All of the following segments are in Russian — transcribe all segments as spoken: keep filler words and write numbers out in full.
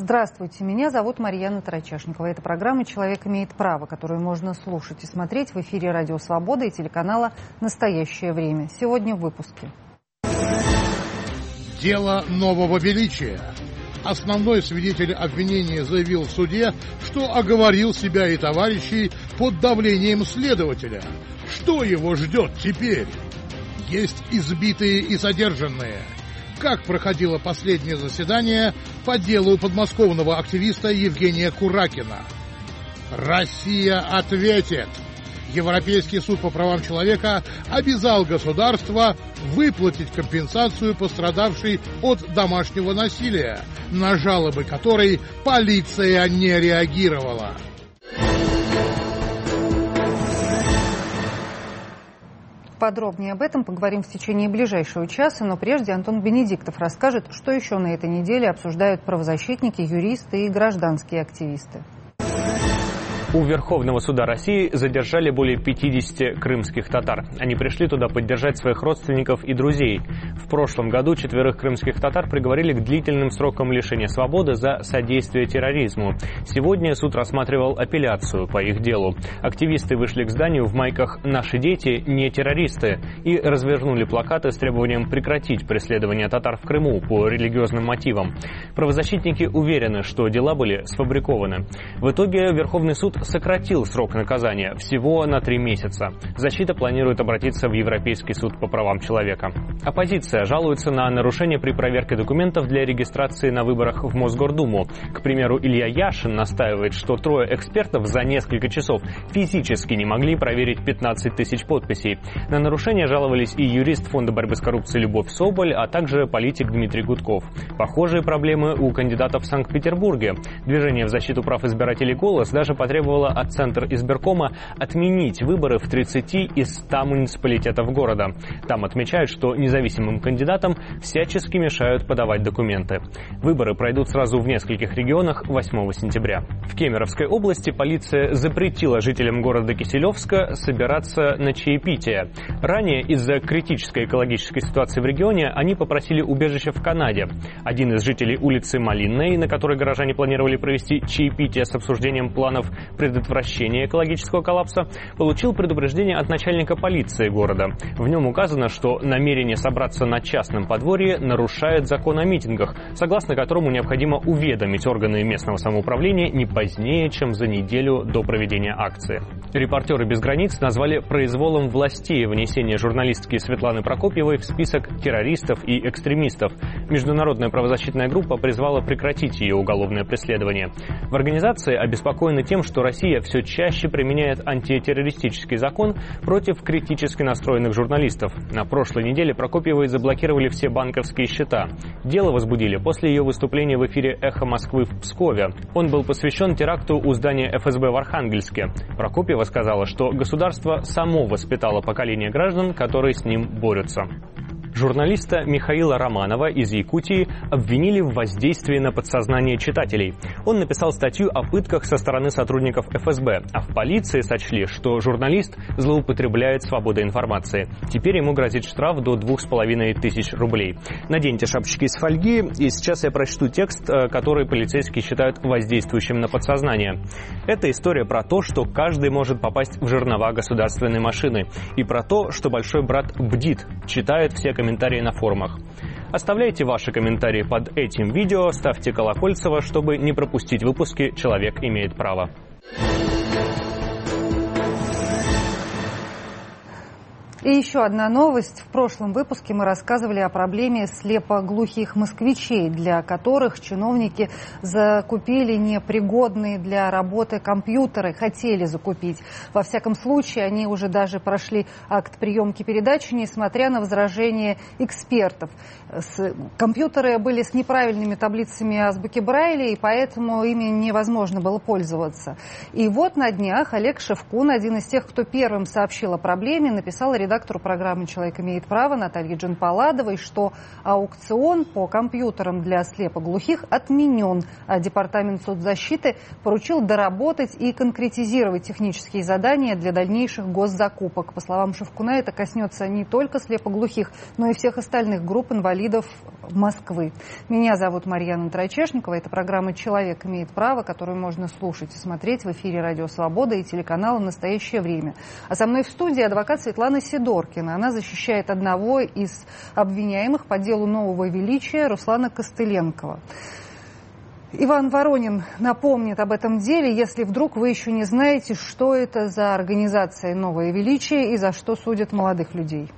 Здравствуйте, меня зовут Марьяна Тарачешникова. Это программа «Человек имеет право», которую можно слушать и смотреть в эфире Радио Свобода и телеканала «Настоящее время». Сегодня в выпуске. Дело нового величия. Основной свидетель обвинения заявил в суде, что оговорил себя и товарищей под давлением следователя. Что его ждет теперь? Есть избитые и задержанные. Как проходило последнее заседание по делу подмосковного активиста Евгения Куракина? Россия ответит. Европейский суд по правам человека обязал государство выплатить компенсацию пострадавшей от домашнего насилия, на жалобы которой полиция не реагировала. Подробнее об этом поговорим в течение ближайшего часа, но прежде Антон Бенедиктов расскажет, что еще на этой неделе обсуждают правозащитники, юристы и гражданские активисты. У Верховного суда России задержали более пятидесяти крымских татар. Они пришли туда поддержать своих родственников и друзей. В прошлом году четверых крымских татар приговорили к длительным срокам лишения свободы за содействие терроризму. Сегодня суд рассматривал апелляцию по их делу. Активисты вышли к зданию в майках «Наши дети не террористы» и развернули плакаты с требованием прекратить преследование татар в Крыму по религиозным мотивам. Правозащитники уверены, что дела были сфабрикованы. В итоге Верховный суд сократил срок наказания всего на три месяца. Защита планирует обратиться в Европейский суд по правам человека. Оппозиция жалуется на нарушения при проверке документов для регистрации на выборах в Мосгордуму. К примеру, Илья Яшин настаивает, что трое экспертов за несколько часов физически не могли проверить пятнадцать тысяч подписей. На нарушения жаловались и юрист Фонда борьбы с коррупцией Любовь Соболь, а также политик Дмитрий Гудков. Похожие проблемы у кандидатов в Санкт-Петербурге. Движение в защиту прав избирателей «Голос» даже потребовало от Центра избиркома отменить выборы в тридцати из ста муниципалитетов города. Там отмечают, что независимым кандидатам всячески мешают подавать документы. Выборы пройдут сразу в нескольких регионах восьмого сентября. В Кемеровской области полиция запретила жителям города Киселевска собираться на чаепитие. Ранее из-за критической экологической ситуации в регионе они попросили убежище в Канаде. Один из жителей улицы Малинной, на которой горожане планировали провести чаепитие с обсуждением планов предотвращения экологического коллапса, получил предупреждение от начальника полиции города. В нем указано, что намерение собраться на частном подворье нарушает закон о митингах, согласно которому необходимо уведомить органы местного самоуправления не позднее, чем за неделю до проведения акции. Репортеры без границ назвали произволом властей внесение журналистки Светланы Прокопьевой в список террористов и экстремистов. Международная правозащитная группа призвала прекратить ее уголовное преследование. В организации обеспокоены тем, что Россия все чаще применяет антитеррористический закон против критически настроенных журналистов. На прошлой неделе Прокопьевой заблокировали все банковские счета. Дело возбудили после ее выступления в эфире «Эхо Москвы» в Пскове. Он был посвящен теракту у здания эф эс бэ в Архангельске. Прокопьева сказала, что государство само воспитало поколение граждан, которые с ним борются. Журналиста Михаила Романова из Якутии обвинили в воздействии на подсознание читателей. Он написал статью о пытках со стороны сотрудников эф эс бэ, а в полиции сочли, что журналист злоупотребляет свободой информации. Теперь ему грозит штраф до двух с половиной тысяч рублей. Наденьте шапочки из фольги, и сейчас я прочту текст, который полицейские считают воздействующим на подсознание. Это история про то, что каждый может попасть в жернова государственной машины, и про то, что большой брат бдит, читает все комментарии комментарии на форумах. Оставляйте ваши комментарии под этим видео, ставьте колокольцево, чтобы не пропустить выпуски «Человек имеет право». И еще одна новость. В прошлом выпуске мы рассказывали о проблеме слепоглухих москвичей, для которых чиновники закупили непригодные для работы компьютеры, хотели закупить. Во всяком случае, они уже даже прошли акт приемки передач, несмотря на возражения экспертов. Компьютеры были с неправильными таблицами азбуки Брайля, и поэтому ими невозможно было пользоваться. И вот на днях Олег Шевкун, один из тех, кто первым сообщил о проблеме, написал редакцию редактору программы «Человек имеет право» Наталье Джанпаладовой, что аукцион по компьютерам для слепоглухих отменен, а Департамент соцзащиты поручил доработать и конкретизировать технические задания для дальнейших госзакупок. По словам Шевкуна, это коснется не только слепоглухих, но и всех остальных групп инвалидов Москвы. Меня зовут Марьяна Трайчешникова. Это программа «Человек имеет право», которую можно слушать и смотреть в эфире «Радио Свобода» и телеканала «Настоящее время». А со мной в студии адвокат Светлана Сидоркина. Она защищает одного из обвиняемых по делу нового величия Руслана Костыленкова. Иван Воронин напомнит об этом деле, если вдруг вы еще не знаете, что это за организация «Новое величие» и за что судят молодых людей.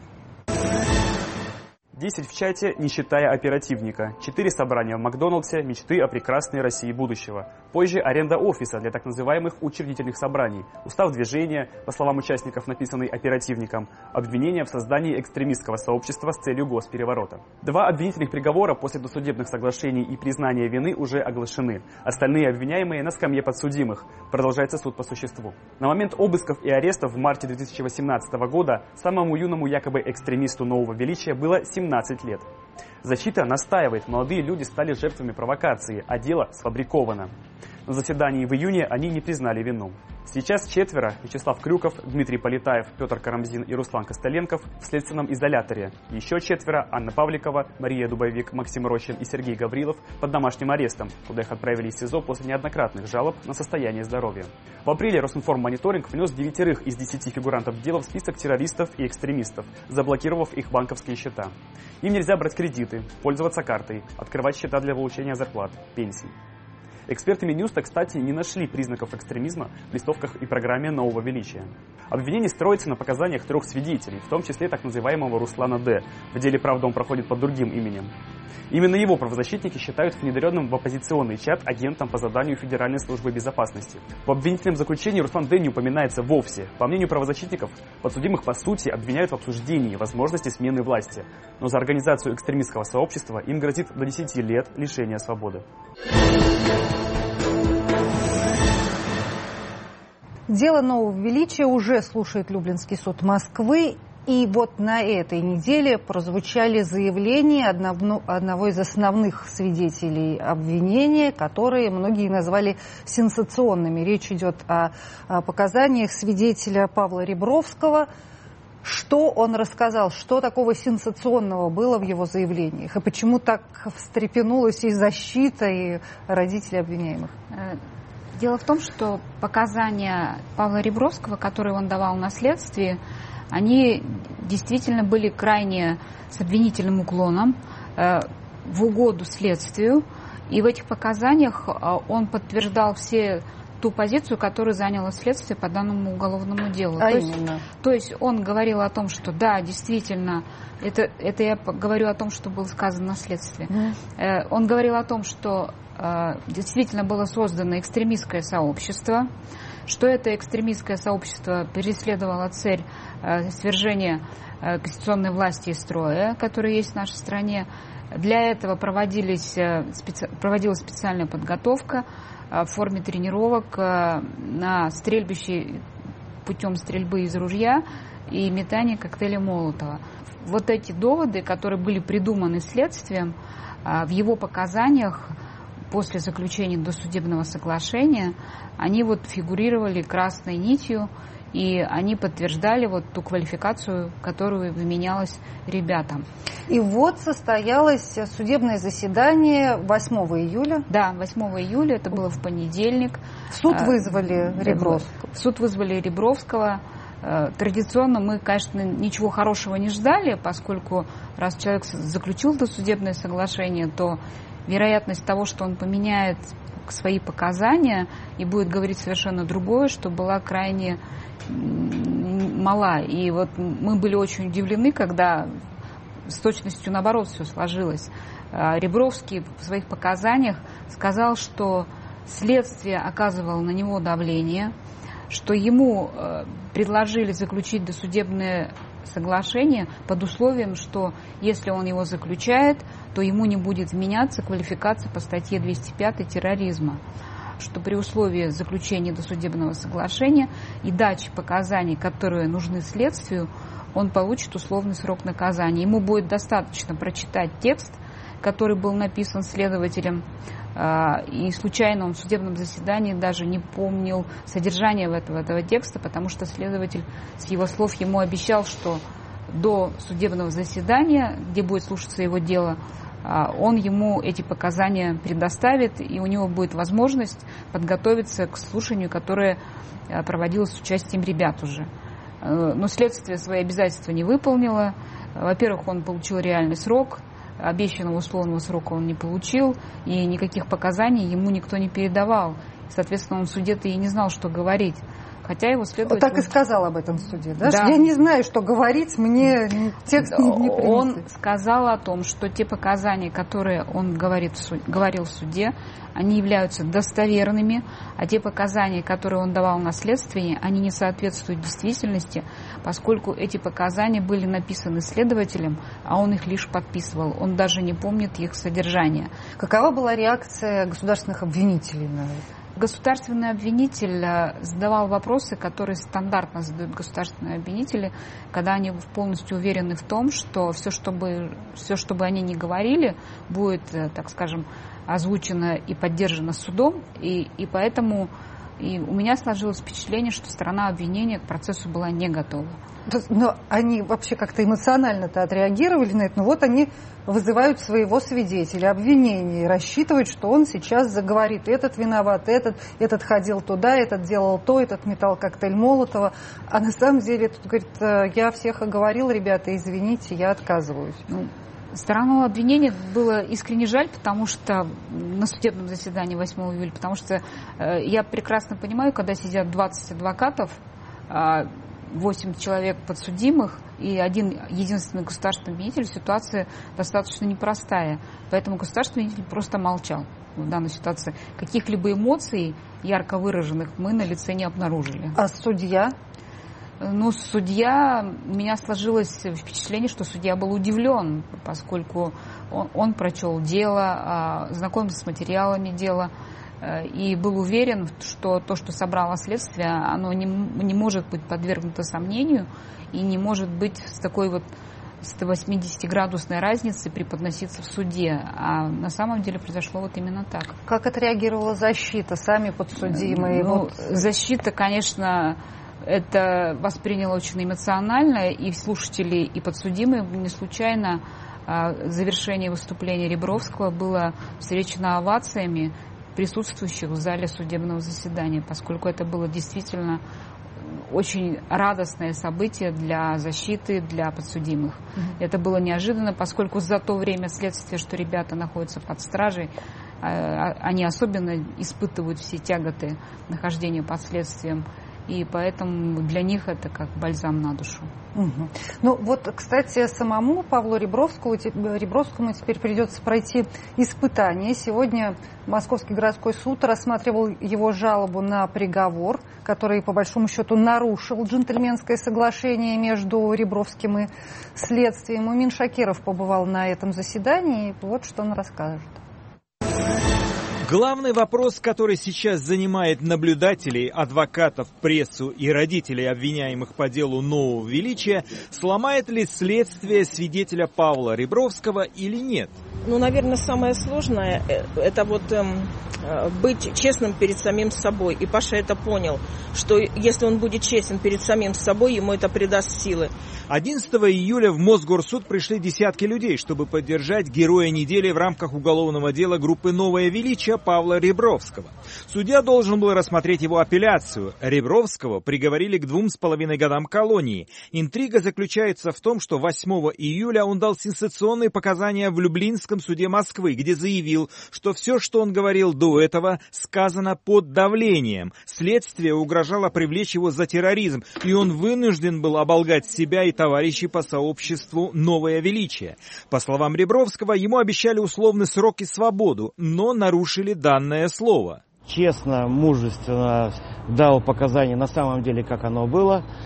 десять в чате, не считая оперативника. четыре собрания в Макдональдсе, мечты о прекрасной России будущего. Позже аренда офиса для так называемых учредительных собраний. Устав движения, по словам участников, написанный оперативником. Обвинение в создании экстремистского сообщества с целью госпереворота. Два обвинительных приговора после досудебных соглашений и признания вины уже оглашены. Остальные обвиняемые на скамье подсудимых. Продолжается суд по существу. На момент обысков и арестов в марте две тысячи восемнадцатого года самому юному якобы экстремисту нового величия было семнадцать лет. Защита настаивает, молодые люди стали жертвами провокации, а дело сфабриковано. На заседании в июне они не признали вину. Сейчас четверо – Вячеслав Крюков, Дмитрий Полетаев, Петр Карамзин и Руслан Костыленков – в следственном изоляторе. Еще четверо – Анна Павликова, Мария Дубовик, Максим Рощин и Сергей Гаврилов – под домашним арестом, куда их отправили из СИЗО после неоднократных жалоб на состояние здоровья. В апреле Росинформмониторинг внес девятерых из десяти фигурантов дела в список террористов и экстремистов, заблокировав их банковские счета. Им нельзя брать кредиты, пользоваться картой, открывать счета для получения зарплат, пенсий. Эксперты Минюста, кстати, не нашли признаков экстремизма в листовках и программе нового величия. Обвинение строится на показаниях трех свидетелей, в том числе так называемого Руслана Д. В деле, правда, он проходит под другим именем. Именно его правозащитники считают внедренным в оппозиционный чат агентом по заданию Федеральной службы безопасности. В обвинительном заключении Руслан Д. не упоминается вовсе. По мнению правозащитников, подсудимых по сути обвиняют в обсуждении возможности смены власти. Но за организацию экстремистского сообщества им грозит до десяти лет лишения свободы. Дело нового величия уже слушает Люблинский суд Москвы. И вот на этой неделе прозвучали заявления одного, одного из основных свидетелей обвинения, которые многие назвали сенсационными. Речь идет о, о показаниях свидетеля Павла Ребровского. Что он рассказал, что такого сенсационного было в его заявлениях, и почему так встрепенулась и защита, и родители обвиняемых? Дело в том, что показания Павла Ребровского, которые он давал на следствии, они действительно были крайне с обвинительным уклоном, э, в угоду следствию. И в этих показаниях он подтверждал все ту позицию, которую заняло следствие по данному уголовному делу. А то, именно? есть, то есть он говорил о том, что да, действительно, это, это я говорю о том, что было сказано на следствии. Mm. Э, он говорил о том, что э, действительно было создано экстремистское сообщество, что это экстремистское сообщество преследовало цель э, свержения э, конституционной власти и строя, который есть в нашей стране. Для этого проводились, э, специ... проводилась специальная подготовка э, в форме тренировок э, на стрельбище путем стрельбы из ружья и метания коктейля Молотова. Вот эти доводы, которые были придуманы следствием, э, в его показаниях после заключения досудебного соглашения, они вот фигурировали красной нитью, и они подтверждали вот ту квалификацию, которую выменялась ребятам. И вот состоялось судебное заседание восьмого июля. Да, восьмого июля, это было в понедельник. В суд вызвали Ребровского. В суд вызвали Ребровского. Традиционно мы, конечно, ничего хорошего не ждали, поскольку раз человек заключил досудебное соглашение, то вероятность того, что он поменяет свои показания и будет говорить совершенно другое, что была крайне мала. И вот мы были очень удивлены, когда с точностью наоборот все сложилось. Ребровский в своих показаниях сказал, что следствие оказывало на него давление, что ему предложили заключить досудебное соглашение под условием, что если он его заключает, то ему не будет вменяться квалификация по статье двести пять терроризма. что при условии заключения досудебного соглашения и дачи показаний, которые нужны следствию, он получит условный срок наказания. Ему будет достаточно прочитать текст, который был написан следователем, и случайно он в судебном заседании даже не помнил содержание этого, этого текста, потому что следователь с его слов ему обещал, что до судебного заседания, где будет слушаться его дело, он ему эти показания предоставит, и у него будет возможность подготовиться к слушанию, которое проводилось с участием ребят уже. Но следствие свои обязательства не выполнило. Во-первых, он получил реальный срок, обещанного условного срока он не получил, и никаких показаний ему никто не передавал. Соответственно, он в суде-то и не знал, что говорить. Хотя его следователь... Так и сказал об этом в суде, да? Да. Я не знаю, что говорить, мне текст не, не принесли. Он сказал о том, что те показания, которые он говорит в суд... говорил в суде, они являются достоверными, а те показания, которые он давал на следствии, они не соответствуют действительности, поскольку эти показания были написаны следователем, а он их лишь подписывал. Он даже не помнит их содержание. Какова была реакция государственных обвинителей на это? Государственный обвинитель задавал вопросы, которые стандартно задают государственные обвинители, когда они полностью уверены в том, что все, что бы, все, что бы они ни говорили, будет, так скажем, озвучено и поддержано судом, и, и поэтому и у меня сложилось впечатление, что сторона обвинения к процессу была не готова. Но они вообще как-то эмоционально-то отреагировали на это, но вот они вызывают своего свидетеля, обвинения, и рассчитывают, что он сейчас заговорит. Этот виноват, этот, этот ходил туда, этот делал то, этот метал коктейль Молотова. А на самом деле тут говорит, я всех оговорил, ребята, извините, я отказываюсь. Ну, сторону обвинения было искренне жаль, потому что на судебном заседании восьмого июля, потому что э, я прекрасно понимаю, когда сидят двадцать адвокатов, э, восемь человек подсудимых и один единственный государственный обвинитель, ситуация достаточно непростая. Поэтому государственный обвинитель просто молчал в данной ситуации. Каких-либо эмоций ярко выраженных мы на лице не обнаружили. А судья? Ну, судья, у меня сложилось впечатление, что судья был удивлен, поскольку он, он прочел дело, знакомился с материалами дела и был уверен, что то, что собрало следствие, оно не, не может быть подвергнуто сомнению и не может быть с такой вот сто восьмидесятиградусной разницей преподноситься в суде. А на самом деле произошло вот именно так. Как отреагировала защита, сами подсудимые? Ну, вот... Защита, конечно... Это восприняло очень эмоционально, и слушатели, и подсудимые не случайно завершение выступления Ребровского было встречено овациями присутствующих в зале судебного заседания, поскольку это было действительно очень радостное событие для защиты, для подсудимых. Mm-hmm. Это было неожиданно, поскольку за то время следствия, что ребята находятся под стражей, они особенно испытывают все тяготы нахождения под следствием. И поэтому для них это как бальзам на душу. Угу. Ну вот, кстати, самому Павлу Ребровскому, Ребровскому теперь придется пройти испытание. Сегодня Московский городской суд рассматривал его жалобу на приговор, который, по большому счету, нарушил джентльменское соглашение между Ребровским и следствием. Мумин Шакиров побывал на этом заседании, и вот что он расскажет. Главный вопрос, который сейчас занимает наблюдателей, адвокатов, прессу и родителей обвиняемых по делу нового величия, сломает ли следствие свидетеля Павла Ребровского или нет? Ну, наверное, самое сложное – это вот эм, быть честным перед самим собой. И Паша это понял, что если он будет честен перед самим собой, ему это придаст силы. одиннадцатого июля в Мосгорсуд пришли десятки людей, чтобы поддержать героя недели в рамках уголовного дела группы «Новое величие» Павла Ребровского. Судья должен был рассмотреть его апелляцию. Ребровского приговорили к двум с половиной годам колонии. Интрига заключается в том, что восьмого июля он дал сенсационные показания в Люблинском суде Москвы, где заявил, что все, что он говорил до этого, сказано под давлением. Следствие угрожало привлечь его за терроризм, и он вынужден был оболгать себя и товарищей по сообществу «Новое величие». По словам Ребровского, ему обещали условный срок и свободу, но нарушили данное слово. Честно, мужественно дал показания на самом деле, как оно было.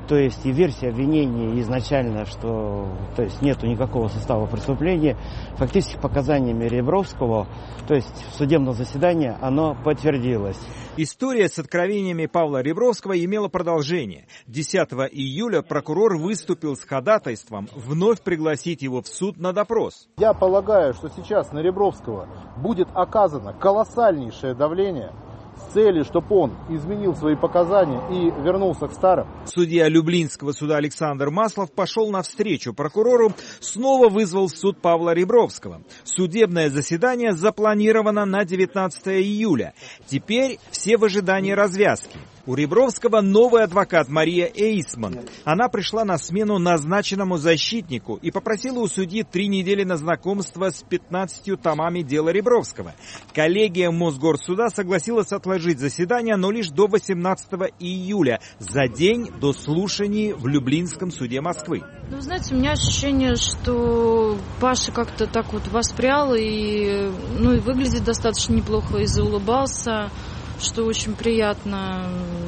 То есть и версия обвинения изначально, что то есть нету никакого состава преступления, фактически показаниями Ребровского, то есть в судебном заседании оно подтвердилось. История с откровениями Павла Ребровского имела продолжение. десятого июля прокурор выступил с ходатайством вновь пригласить его в суд на допрос. Я полагаю, что сейчас на Ребровского будет оказано колоссальнейшее давление с целью, чтобы он изменил свои показания и вернулся к старым. Судья Люблинского суда Александр Маслов пошел навстречу прокурору, снова вызвал в суд Павла Ребровского. Судебное заседание запланировано на девятнадцатое июля. Теперь все в ожидании развязки. У Ребровского новый адвокат Мария Эйсман. Она пришла на смену назначенному защитнику и попросила у судьи три недели на знакомство с пятнадцатью томами дела Ребровского. Коллегия Мосгорсуда согласилась отложить заседание, но лишь до восемнадцатого июля, за день до слушаний в Люблинском суде Москвы. Ну, знаете, у меня ощущение, что Паша как-то так вот воспрял и, ну, и выглядит достаточно неплохо, и заулыбался, что очень приятно.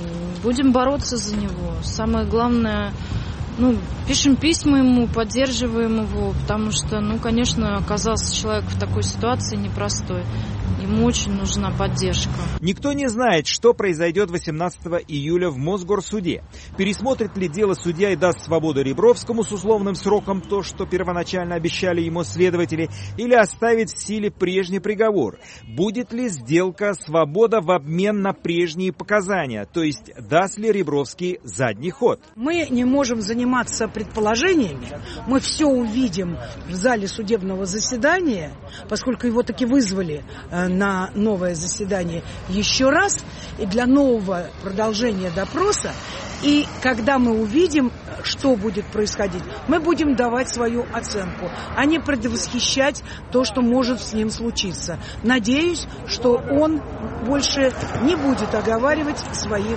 Будем бороться за него. Самое главное, ну, пишем письма ему, поддерживаем его, потому что, ну, конечно, оказался человек в такой ситуации непростой. Ему очень нужна поддержка. Никто не знает, что произойдет восемнадцатого июля в Мосгорсуде. Пересмотрит ли дело судья и даст свободу Ребровскому с условным сроком то, что первоначально обещали ему следователи, или оставит в силе прежний приговор. Будет ли сделка свобода в обмен на прежние показания, то есть даст ли Ребровский задний ход? Мы не можем заниматься предположениями. Мы все увидим в зале судебного заседания, поскольку его таки вызвали на новое заседание еще раз и для нового продолжения допроса. И когда мы увидим, что будет происходить, мы будем давать свою оценку, а не предвосхищать то, что может с ним случиться. Надеюсь, что он больше не будет оговаривать своих,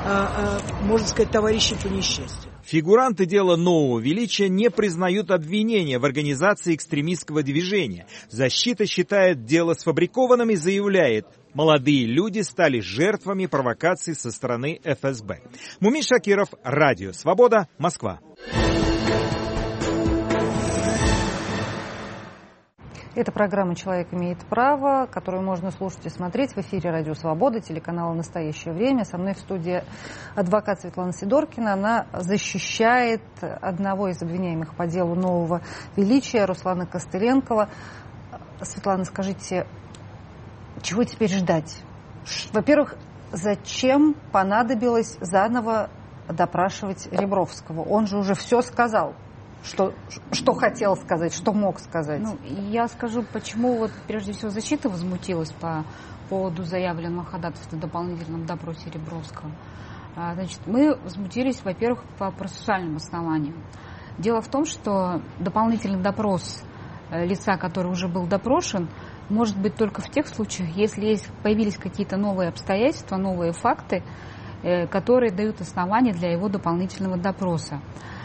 можно сказать, товарищей по несчастью. Фигуранты дела нового величия не признают обвинения в организации экстремистского движения. Защита считает дело сфабрикованным и заявляет, молодые люди стали жертвами провокаций со стороны эф эс бэ. Мумин Шакиров, Радио Свобода, Москва. Это программа «Человек имеет право», которую можно слушать и смотреть в эфире «Радио Свобода», телеканала «Настоящее время». Со мной в студии адвокат Светлана Сидоркина. Она защищает одного из обвиняемых по делу нового величия, Руслана Костыленкова. Светлана, скажите, чего теперь ждать? Во-первых, зачем понадобилось заново допрашивать Ребровского? Он же уже все сказал. Что, что хотел сказать, что мог сказать? Ну, я скажу, почему вот прежде всего защита возмутилась по поводу заявленного ходатайства в дополнительном допросе Ребровского. Значит, мы возмутились, во-первых, по процессуальным основаниям. Дело в том, что дополнительный допрос лица, который уже был допрошен, может быть только в тех случаях, если есть, появились какие-то новые обстоятельства, новые факты, которые дают основания для его дополнительного допроса.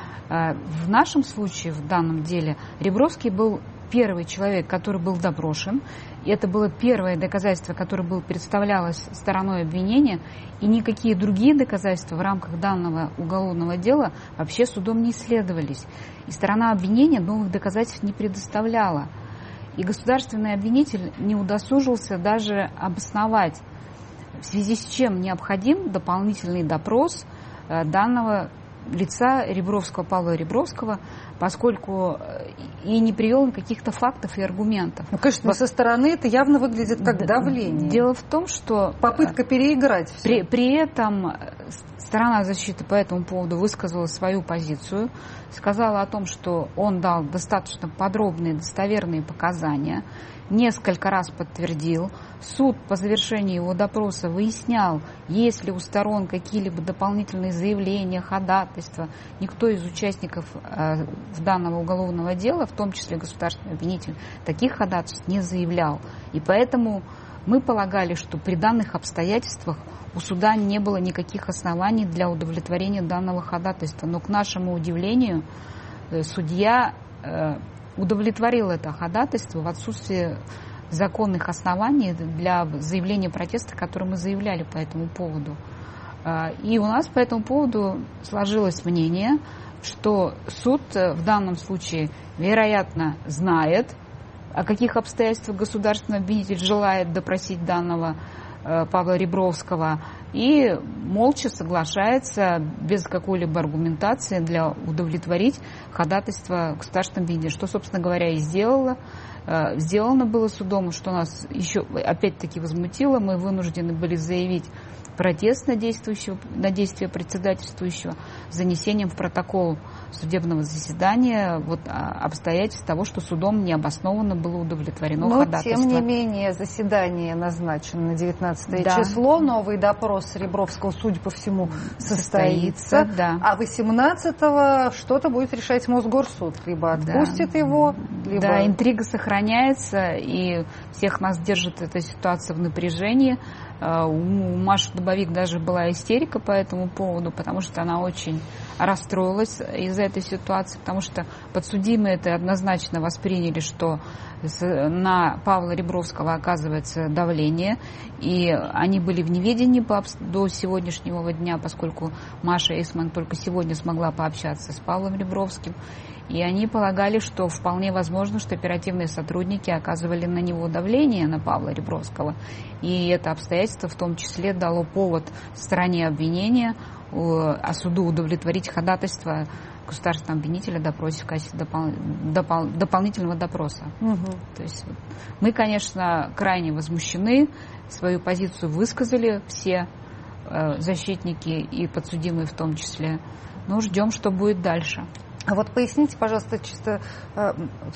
В нашем случае, в данном деле, Ребровский был первый человек, который был допрошен. И это было первое доказательство, которое было представлялось стороной обвинения. И никакие другие доказательства в рамках данного уголовного дела вообще судом не исследовались. И сторона обвинения новых доказательств не предоставляла. И государственный обвинитель не удосужился даже обосновать, в связи с чем необходим дополнительный допрос данного лица Ребровского, Павла Ребровского, поскольку и не привел никаких-то фактов и аргументов. Ну, конечно, но со стороны это явно выглядит как Д- давление. Дело в том, что попытка переиграть. При, при этом сторона защиты по этому поводу высказала свою позицию, сказала о том, что он дал достаточно подробные, достоверные показания, несколько раз подтвердил. Суд по завершении его допроса выяснял, есть ли у сторон какие-либо дополнительные заявления, ходатайства. Никто из участников э, данного уголовного дела, в том числе государственный обвинитель, таких ходатайств не заявлял. И поэтому мы полагали, что при данных обстоятельствах у суда не было никаких оснований для удовлетворения данного ходатайства. Но, к нашему удивлению, э, судья э, удовлетворил это ходатайство в отсутствии законных оснований для заявления протеста, которые мы заявляли по этому поводу. И у нас по этому поводу сложилось мнение, что суд в данном случае, вероятно, знает, о каких обстоятельствах государственный обвинитель желает допросить данного Павла Ребровского, и молча соглашается без какой-либо аргументации для удовлетворить ходатайство государственного обвинителя, что, собственно говоря, и сделала. Сделано было судом, что нас еще опять-таки возмутило. Мы вынуждены были заявить протест на, действующего, на действие председательствующего с занесением в протокол судебного заседания вот, обстоятельств того, что судом необоснованно было удовлетворено Но, ходатайство. тем не менее, заседание назначено на девятнадцатое да. число. Новый допрос Ребровского, судя по всему, состоится. состоится да. А восемнадцатого что-то будет решать Мосгорсуд. Либо отпустит да. его, либо... Да, интрига сохраняется, и всех нас держит эта ситуация в напряжении. У Маши Дубовик даже была истерика по этому поводу, потому что она очень расстроилась из-за этой ситуации, потому что подсудимые это однозначно восприняли, что на Павла Ребровского оказывается давление, и они были в неведении до сегодняшнего дня, поскольку Маша Эйсман только сегодня смогла пообщаться с Павлом Ребровским. И они полагали, что вполне возможно, что оперативные сотрудники оказывали на него давление, на Павла Ребровского. И это обстоятельство в том числе дало повод стороне обвинения, а суду удовлетворить ходатайство государственного обвинителя о допросе в качестве допол... Допол... дополнительного допроса. Угу. То есть мы, конечно, крайне возмущены, свою позицию высказали все э, защитники и подсудимые в том числе. Но ждем, что будет дальше. А вот поясните, пожалуйста, чисто э,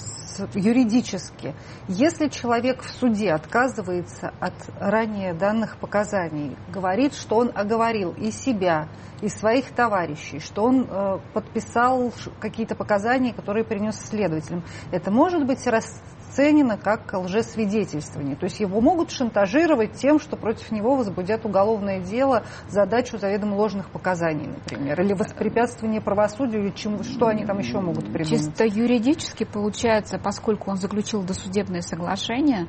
юридически, если человек в суде отказывается от ранее данных показаний, говорит, что он оговорил и себя, и своих товарищей, что он э, подписал какие-то показания, которые принес следователям, это может быть расценено как лжесвидетельствование? То есть его могут шантажировать тем, что против него возбудят уголовное дело за дачу заведомо ложных показаний, например, или воспрепятствование правосудию, или чему, что они там еще могут придумать? Чисто юридически получается, поскольку он заключил досудебное соглашение,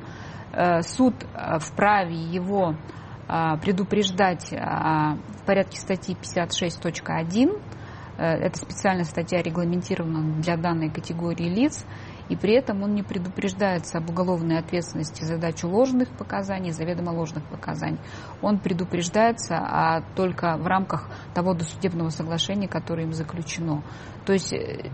суд вправе его предупреждать в порядке статьи пятьдесят шесть точка один. Это специальная статья, регламентирована для данной категории лиц. И при этом он не предупреждается об уголовной ответственности за дачу ложных показаний, заведомо ложных показаний. Он предупреждается а только в рамках того досудебного соглашения, которое им заключено. То есть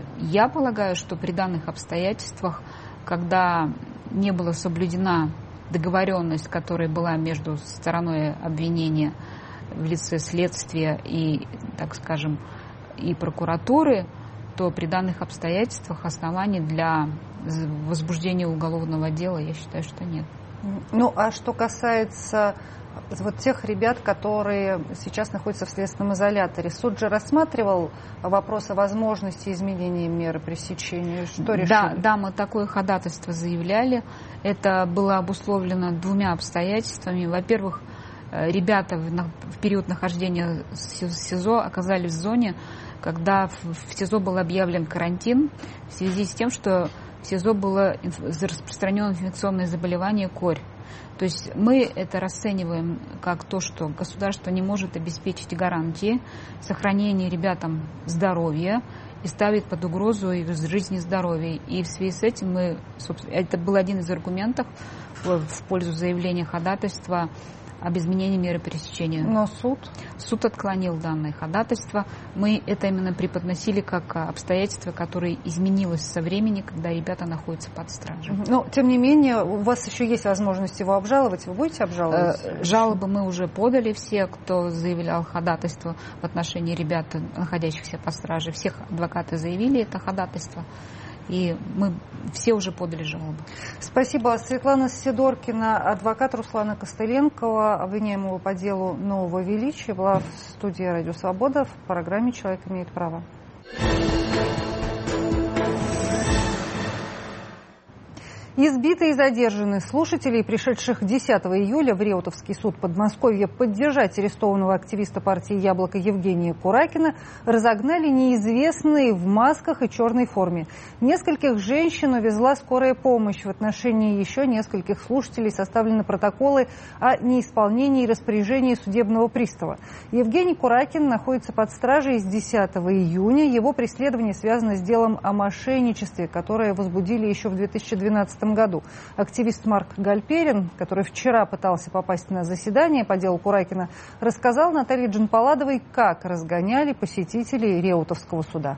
я полагаю, что при данных обстоятельствах, когда не была соблюдена договоренность, которая была между стороной обвинения в лице следствия и, так скажем, и прокуратуры, то при данных обстоятельствах оснований для возбуждения уголовного дела, я считаю, что нет. Ну, а что касается вот тех ребят, которые сейчас находятся в следственном изоляторе, суд же рассматривал вопрос о возможности изменения меры пресечения. Что решили? Да, да, мы такое ходатайство заявляли. Это было обусловлено двумя обстоятельствами. Во-первых, ребята в период нахождения в СИЗО оказались в зоне, когда в СИЗО был объявлен карантин в связи с тем, что в СИЗО было распространено инфекционное заболевание корь. То есть мы это расцениваем как то, что государство не может обеспечить гарантии сохранения ребятам здоровья и ставит под угрозу их жизнь и здоровье. И в связи с этим мы, это был один из аргументов в пользу заявления ходатайства об изменении меры пресечения. Но суд? Суд отклонил данное ходатайство. Мы это именно преподносили как обстоятельство, которое изменилось со времени, когда ребята находятся под стражей. Но, тем не менее, у вас еще есть возможность его обжаловать. Вы будете обжаловать? Жалобы мы уже подали все, кто заявлял ходатайство в отношении ребят, находящихся под стражей. Всех адвокаты заявили это ходатайство. И мы все уже подали жалобы. Спасибо. Светлана Сидоркина, адвокат Руслана Костыленкова, обвиняемого по делу Нового Величия, была в студии «Радио Свобода» в программе «Человек имеет право». Избитые и задержанные слушатели, пришедших десятого июля в Реутовский суд Подмосковья поддержать арестованного активиста партии «Яблоко» Евгения Куракина, разогнали неизвестные в масках и черной форме. Нескольких женщин увезла скорая помощь. В отношении еще нескольких слушателей составлены протоколы о неисполнении распоряжений судебного пристава. Евгений Куракин находится под стражей с десятого июня. Его преследование связано с делом о мошенничестве, которое возбудили еще в две тысячи двенадцатом году. Активист Марк Гальперин, который вчера пытался попасть на заседание по делу Куракина, рассказал Наталье Джанпаладовой, как разгоняли посетителей Реутовского суда.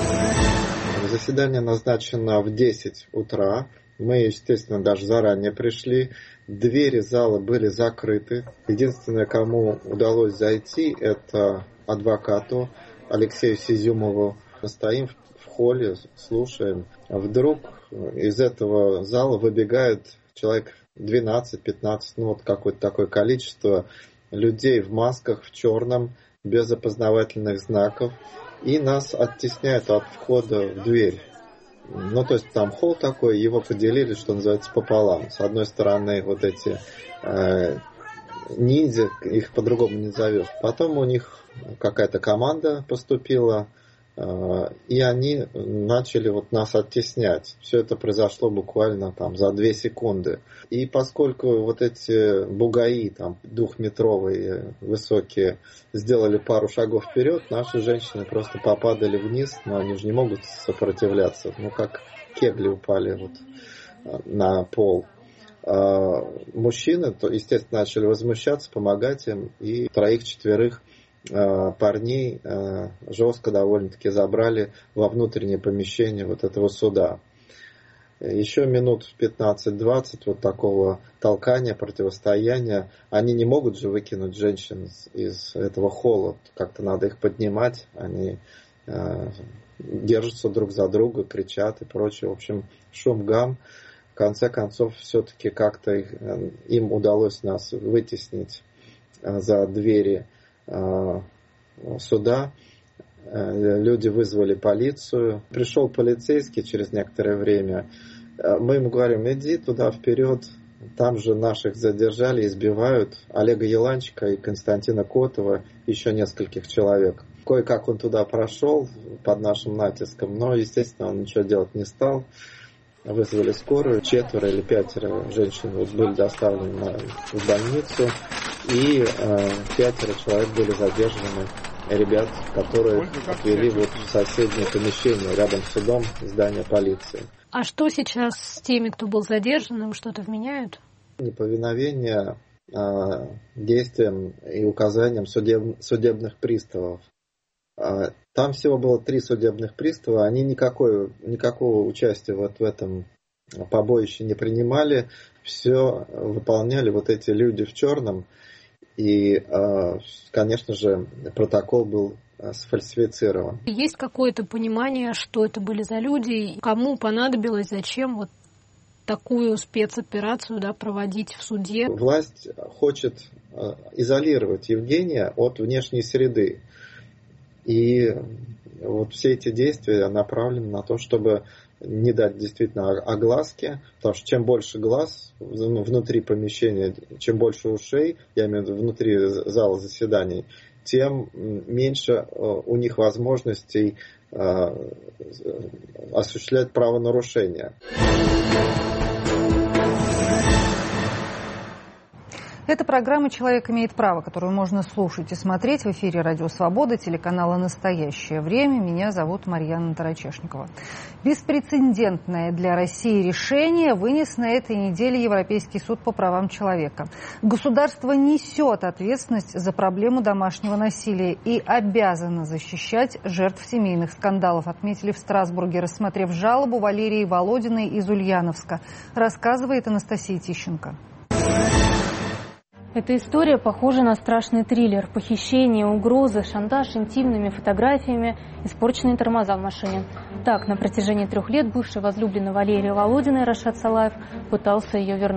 Заседание назначено в десять утра. Мы, естественно, даже заранее пришли. Двери зала были закрыты. Единственное, кому удалось зайти, это адвокату Алексею Сизюмову. Мы стоим в холле, слушаем. Вдруг из этого зала выбегает человек двенадцать-пятнадцать, ну вот какое-то такое количество людей в масках, в черном, без опознавательных знаков. И нас оттесняют от входа в дверь. Ну, то есть там холл такой, его поделили, что называется, пополам. С одной стороны, вот эти э, ниндзя, их по-другому не назовешь. Потом у них какая-то команда поступила, э, и они начали вот нас оттеснять. Все это произошло буквально там за две секунды. И поскольку вот эти бугаи, там, двухметровые, высокие, сделали пару шагов вперед, наши женщины просто попадали вниз, но они же не могут сопротивляться. Ну, как кегли упали вот на пол. А мужчины, то, естественно, начали возмущаться, помогать им, и троих-четверых парней жестко довольно-таки забрали во внутреннее помещение вот этого суда. Еще минут пятнадцать-двадцать вот такого толкания, противостояния. Они не могут же выкинуть женщин из этого холла. Как-то надо их поднимать. Они э, держатся друг за друга, кричат и прочее. В общем, шум, гам. В конце концов, все-таки как-то их, им удалось нас вытеснить э, за двери э, суда. Люди вызвали полицию. Пришел полицейский через некоторое время. Мы ему говорим, иди туда вперед. Там же наших задержали, избивают. Олега Еланчика и Константина Котова, еще нескольких человек. Кое-как он туда прошел под нашим натиском, но, естественно, он ничего делать не стал. Вызвали скорую. Четверо или пятеро женщин вот были доставлены в больницу. И э, пятеро человек были задержаны. Ребят, которые отвели вот в соседнее помещение рядом с судом, здание полиции. А что сейчас с теми, кто был задержан, им что-то вменяют? Неповиновение э, действиям и указаниям судеб, судебных приставов. Э, там всего было три судебных пристава, они никакой, никакого участия вот в этом побоище не принимали, все выполняли вот эти люди в черном. И, конечно же, протокол был сфальсифицирован. Есть какое-то понимание, что это были за люди, кому понадобилось, зачем вот такую спецоперацию, да, проводить в суде? Власть хочет изолировать Евгения от внешней среды. И вот все эти действия направлены на то, чтобы не дать действительно огласки, потому что чем больше глаз внутри помещения, чем больше ушей, я имею в виду внутри зала заседаний, тем меньше у них возможностей осуществлять правонарушения. Это программа «Человек имеет право», которую можно слушать и смотреть в эфире «Радио Свобода», телеканала «Настоящее время». Меня зовут Марьяна Тарачешникова. Беспрецедентное для России решение вынес на этой неделе Европейский суд по правам человека. Государство несет ответственность за проблему домашнего насилия и обязано защищать жертв семейных скандалов, отметили в Страсбурге, рассмотрев жалобу Валерии Володиной из Ульяновска. Рассказывает Анастасия Тищенко. Эта история похожа на страшный триллер. Похищение, угрозы, шантаж интимными фотографиями, испорченные тормоза в машине. Так, на протяжении трех лет бывший возлюбленный Валерии Володиной Рашад Салаев пытался ее вернуть.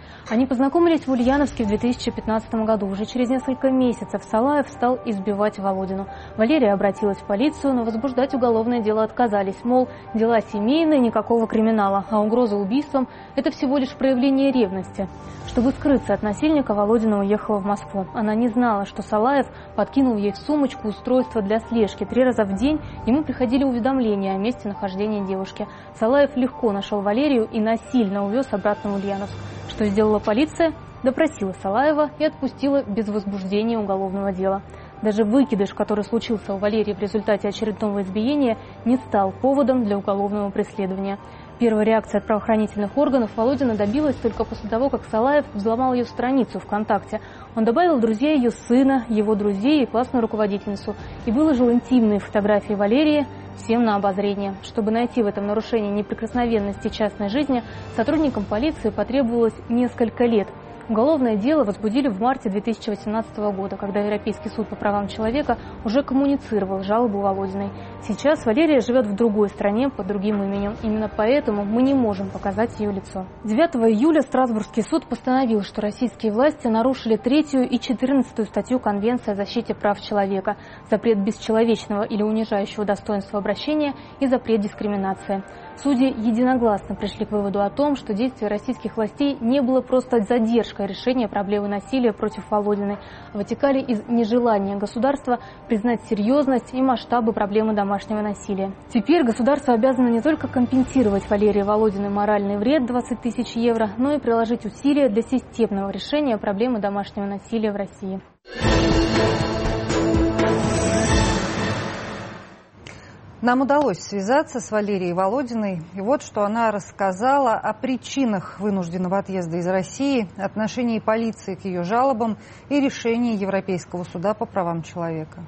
Они познакомились в Ульяновске в две тысячи пятнадцатом году. Уже через несколько месяцев Салаев стал избивать Володину. Валерия обратилась в полицию, но возбуждать уголовное дело отказались. Мол, дела семейные, никакого криминала, а угроза убийством – это всего лишь проявление ревности. Чтобы скрыться от насильника, Володина уехала в Москву. Она не знала, что Салаев подкинул ей в сумочку устройство для слежки. Три раза в день ему приходили уведомления о месте нахождения девушки. Салаев легко нашел Валерию и насильно увез обратно в Ульяновск. Что сделала полиция? Допросила Салаева и отпустила без возбуждения уголовного дела. Даже выкидыш, который случился у Валерии в результате очередного избиения, не стал поводом для уголовного преследования. Первая реакция от правоохранительных органов Володина добилась только после того, как Салаев взломал ее страницу ВКонтакте. Он добавил в друзья ее сына, его друзей и классную руководительницу и выложил интимные фотографии Валерии всем на обозрение. Чтобы найти в этом нарушение неприкосновенности частной жизни, сотрудникам полиции потребовалось несколько лет. Уголовное дело возбудили в марте две тысячи восемнадцатого года, когда Европейский суд по правам человека уже коммуницировал жалобу Володиной. Сейчас Валерия живет в другой стране под другим именем. Именно поэтому мы не можем показать ее лицо. девятого июля Страсбургский суд постановил, что российские власти нарушили третью и четырнадцатую статью Конвенции о защите прав человека, запрет бесчеловечного или унижающего достоинства обращения и запрет дискриминации. Судьи единогласно пришли к выводу о том, что действия российских властей не было просто задержкой решения проблемы насилия против Володиной, а вытекали из нежелания государства признать серьезность и масштабы проблемы домашнего насилия. Теперь государство обязано не только компенсировать Валерии Володиной моральный вред двадцать тысяч евро, но и приложить усилия для системного решения проблемы домашнего насилия в России. Нам удалось связаться с Валерией Володиной, и вот что она рассказала о причинах вынужденного отъезда из России, отношении полиции к ее жалобам и решении Европейского суда по правам человека.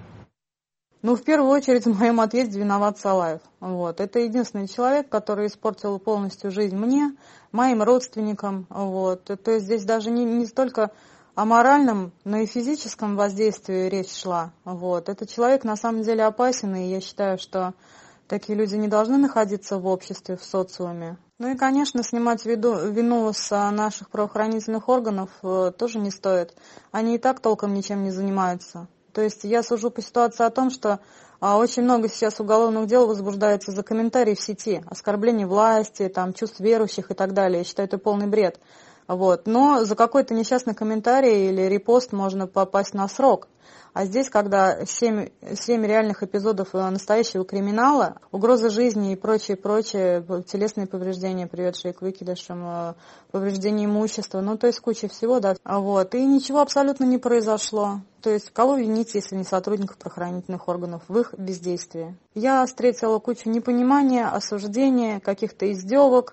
Ну, в первую очередь, в моем отъезде виноват Салаев. Вот. Это единственный человек, который испортил полностью жизнь мне, моим родственникам. Вот. То есть здесь даже не, не столько о моральном, но и физическом воздействии речь шла. Вот. Этот человек на самом деле опасен, и я считаю, что такие люди не должны находиться в обществе, в социуме. Ну и, конечно, снимать виду, вину с наших правоохранительных органов э, тоже не стоит. Они и так толком ничем не занимаются. То есть я сужу по ситуации о том, что а, очень много сейчас уголовных дел возбуждается за комментарии в сети, оскорбление власти, там, чувств верующих и так далее. Я считаю, это полный бред. Вот. Но за какой-то несчастный комментарий или репост можно попасть на срок. А здесь, когда семь, семь реальных эпизодов настоящего криминала, угроза жизни и прочее, прочее, телесные повреждения, приведшие к выкидышам, повреждение имущества, ну, то есть куча всего, да. Вот. И ничего абсолютно не произошло. То есть кого винить, если не сотрудников правоохранительных органов в их бездействии? Я встретила кучу непонимания, осуждения, каких-то издевок.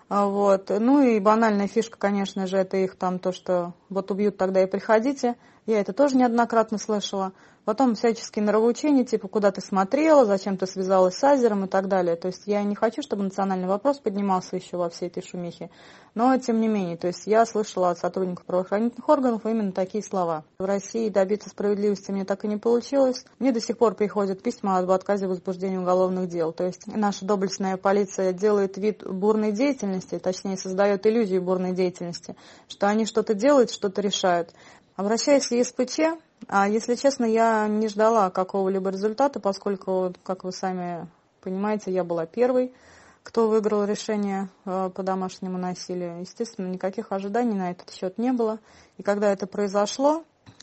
Вот. Ну и банальная фишка, конечно же, это их там то, что вот убьют, тогда и приходите. Я это тоже неоднократно слышала. Потом всяческие нравоучения, типа, куда ты смотрела, зачем ты связалась с Азером и так далее. То есть я не хочу, чтобы национальный вопрос поднимался еще во всей этой шумихе. Но тем не менее, то есть я слышала от сотрудников правоохранительных органов именно такие слова. В России добиться справедливости мне так и не получилось. Мне до сих пор приходят письма об отказе в возбуждении уголовных дел. То есть наша доблестная полиция делает вид бурной деятельности, точнее создает иллюзию бурной деятельности, что они что-то делают, что-то решают. Обращаясь в ЕСПЧ, а если честно, я не ждала какого-либо результата, поскольку, как вы сами понимаете, я была первой, кто выиграл решение по домашнему насилию. Естественно, никаких ожиданий на этот счет не было. И когда это произошло,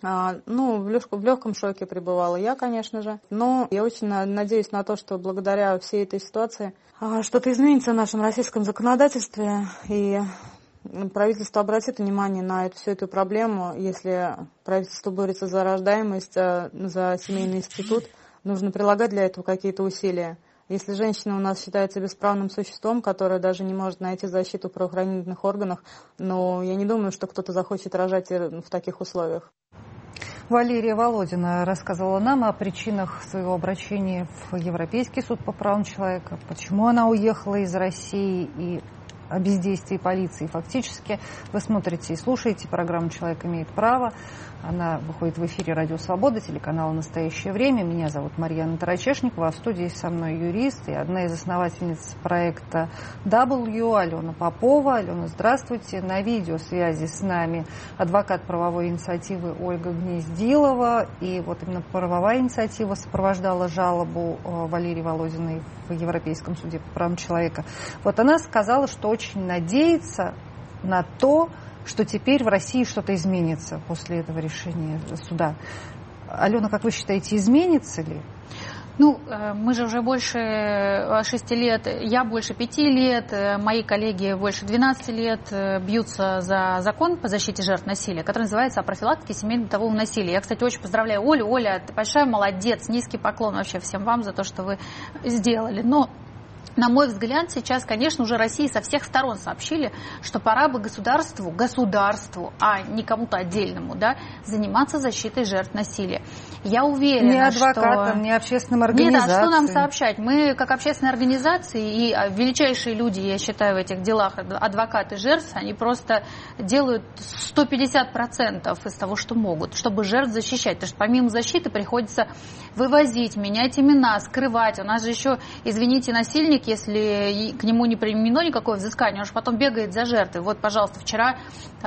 ну, в легком, в легком шоке пребывала я, конечно же. Но я очень надеюсь на то, что благодаря всей этой ситуации что-то изменится в нашем российском законодательстве, и правительство обратит внимание на эту, всю эту проблему. Если правительство борется за рождаемость, за семейный институт, нужно прилагать для этого какие-то усилия. Если женщина у нас считается бесправным существом, которое даже не может найти защиту в правоохранительных органах, но я не думаю, что кто-то захочет рожать в таких условиях. Валерия Володина рассказывала нам о причинах своего обращения в Европейский суд по правам человека, почему она уехала из России и о бездействии полиции. Фактически вы смотрите и слушаете программу «Человек имеет право». Она выходит в эфире «Радио Свобода», телеканала «Настоящее время». Меня зовут Марьяна Тарачешникова, а в студии со мной юрист и одна из основательниц проекта W, Алена Попова. Алена, здравствуйте. На видеосвязи с нами адвокат правовой инициативы Ольга Гнездилова. И вот именно правовая инициатива сопровождала жалобу Валерии Володиной в Европейском суде по правам человека. Вот она сказала, что очень надеется на то, что теперь в России что-то изменится после этого решения суда. Алена, как вы считаете, изменится ли? Ну, мы же уже больше шести лет, я больше пяти лет, мои коллеги больше двенадцати лет бьются за закон по защите жертв насилия, который называется «О профилактике семейно-бытового насилия». Я, кстати, очень поздравляю Олю. Оля, ты большая молодец, низкий поклон вообще всем вам за то, что вы сделали. Но на мой взгляд, сейчас, конечно, уже России со всех сторон сообщили, что пора бы государству, государству, а не кому-то отдельному, да, заниматься защитой жертв насилия. Я уверена, не адвокатам, что... не общественным организациям. Нет, а что нам сообщать? Мы, как общественные организации и величайшие люди, я считаю, в этих делах, адвокаты жертв, они просто делают сто пятьдесят процентов из того, что могут, чтобы жертв защищать. Потому что помимо защиты приходится вывозить, менять имена, скрывать. У нас же еще, извините, насильник, если к нему не применено никакое взыскание, он же потом бегает за жертвой. Вот, пожалуйста, вчера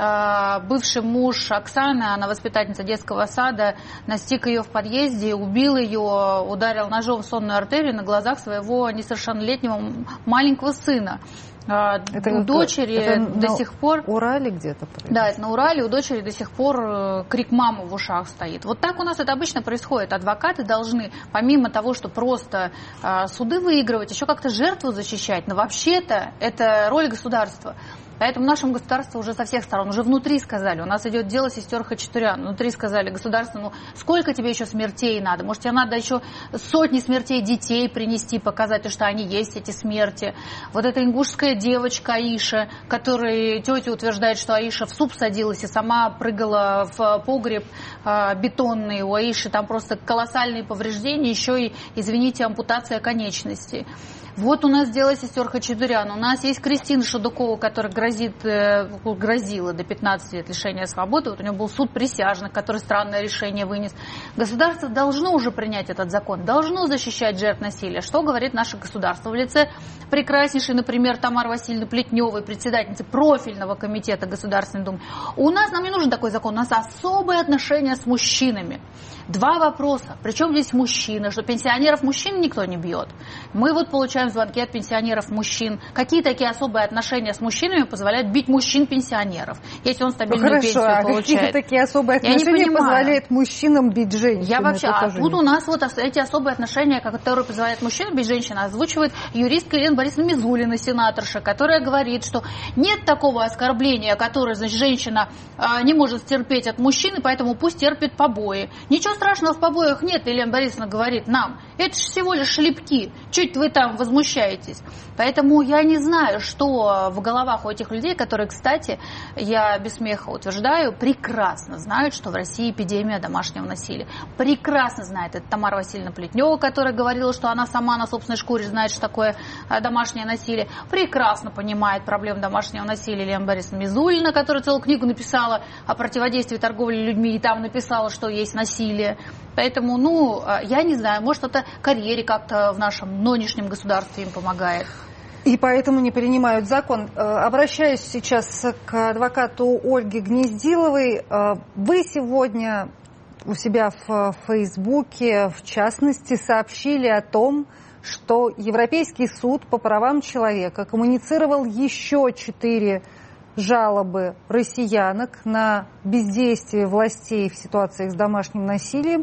э, бывший муж Оксаны, она воспитательница детского сада, настиг ее в подъезде, убил ее, ударил ножом в сонную артерию на глазах своего несовершеннолетнего маленького сына. Это у дочери это до на сих пор... Урале где-то? Произошло. Да, это на Урале, у дочери до сих пор крик мамы в ушах стоит. Вот так у нас это обычно происходит. Адвокаты должны, помимо того, что просто а, суды выигрывать, еще как-то жертву защищать. Но вообще-то это роль государства. Поэтому нашему государству уже со всех сторон, уже внутри сказали, у нас идет дело сестер Хачатурян, внутри сказали государству, ну сколько тебе еще смертей надо, может тебе надо еще сотни смертей детей принести, показать, что они есть, эти смерти. Вот эта ингушская девочка Аиша, которая тетя утверждает, что Аиша в суп садилась и сама прыгала в погреб э, бетонный, у Аиши там просто колоссальные повреждения, еще и, извините, ампутация конечностей. Вот у нас дело сестер Хачатурян. У нас есть Кристина Шадукова, которая грозит, грозила до пятнадцати лет лишения свободы. Вот у нее был суд присяжных, который странное решение вынес. Государство должно уже принять этот закон, должно защищать жертв насилия. Что говорит наше государство в лице прекраснейшей, например, Тамары Васильевны Плетневой, председательницы профильного комитета Государственной Думы. У нас, нам не нужен такой закон, у нас особые отношения с мужчинами. Два вопроса. Причем здесь мужчины, что пенсионеров мужчин никто не бьет. Мы вот получаем звонки от пенсионеров мужчин. Какие такие особые отношения с мужчинами позволяют бить мужчин-пенсионеров, если он стабильную Хорошо, пенсию а получает? Какие такие особые отношения позволяют мужчинам бить женщин? Я вообще, а тут у нас вот эти особые отношения, которые позволяют мужчинам бить женщин, озвучивает юристка Елена Борисовна Мизулина, сенаторша, которая говорит, что нет такого оскорбления, которое, значит, женщина а, не может стерпеть от мужчины, поэтому пусть терпит побои. Ничего страшного в побоях нет, Елена Борисовна говорит нам. Это же всего лишь шлепки. Чуть вы там возмущаетесь. Поэтому я не знаю, что в головах у этих людей, которые, кстати, я без смеха утверждаю, прекрасно знают, что в России эпидемия домашнего насилия. Прекрасно знает. Это Тамара Васильевна Плетнева, которая говорила, что она сама на собственной шкуре знает, что такое домашнее насилие. Прекрасно понимает проблему домашнего насилия Елена Борисовна Мизулина, которая целую книгу написала о противодействии торговли людьми, и там написала, что есть насилие. Поэтому, ну, я не знаю, может, это карьере как-то в нашем нынешнем государстве им помогает. И поэтому не принимают закон. Обращаюсь сейчас к адвокату Ольге Гнездиловой. Вы сегодня у себя в Фейсбуке, в частности, сообщили о том, что Европейский суд по правам человека коммуницировал еще четыре жалобы россиянок на бездействие властей в ситуациях с домашним насилием.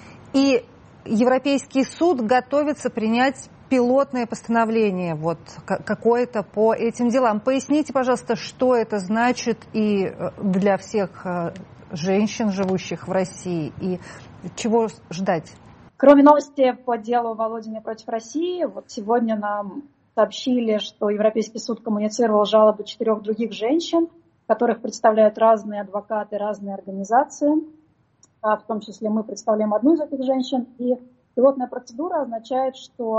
И Европейский суд готовится принять пилотное постановление вот, какое-то по этим делам. Поясните, пожалуйста, что это значит и для всех женщин, живущих в России, и чего ждать? Кроме новости по делу Володиной против России, вот сегодня нам сообщили, что Европейский суд коммуницировал жалобы четырех других женщин, которых представляют разные адвокаты, разные организации. В том числе мы представляем одну из этих женщин. И пилотная процедура означает, что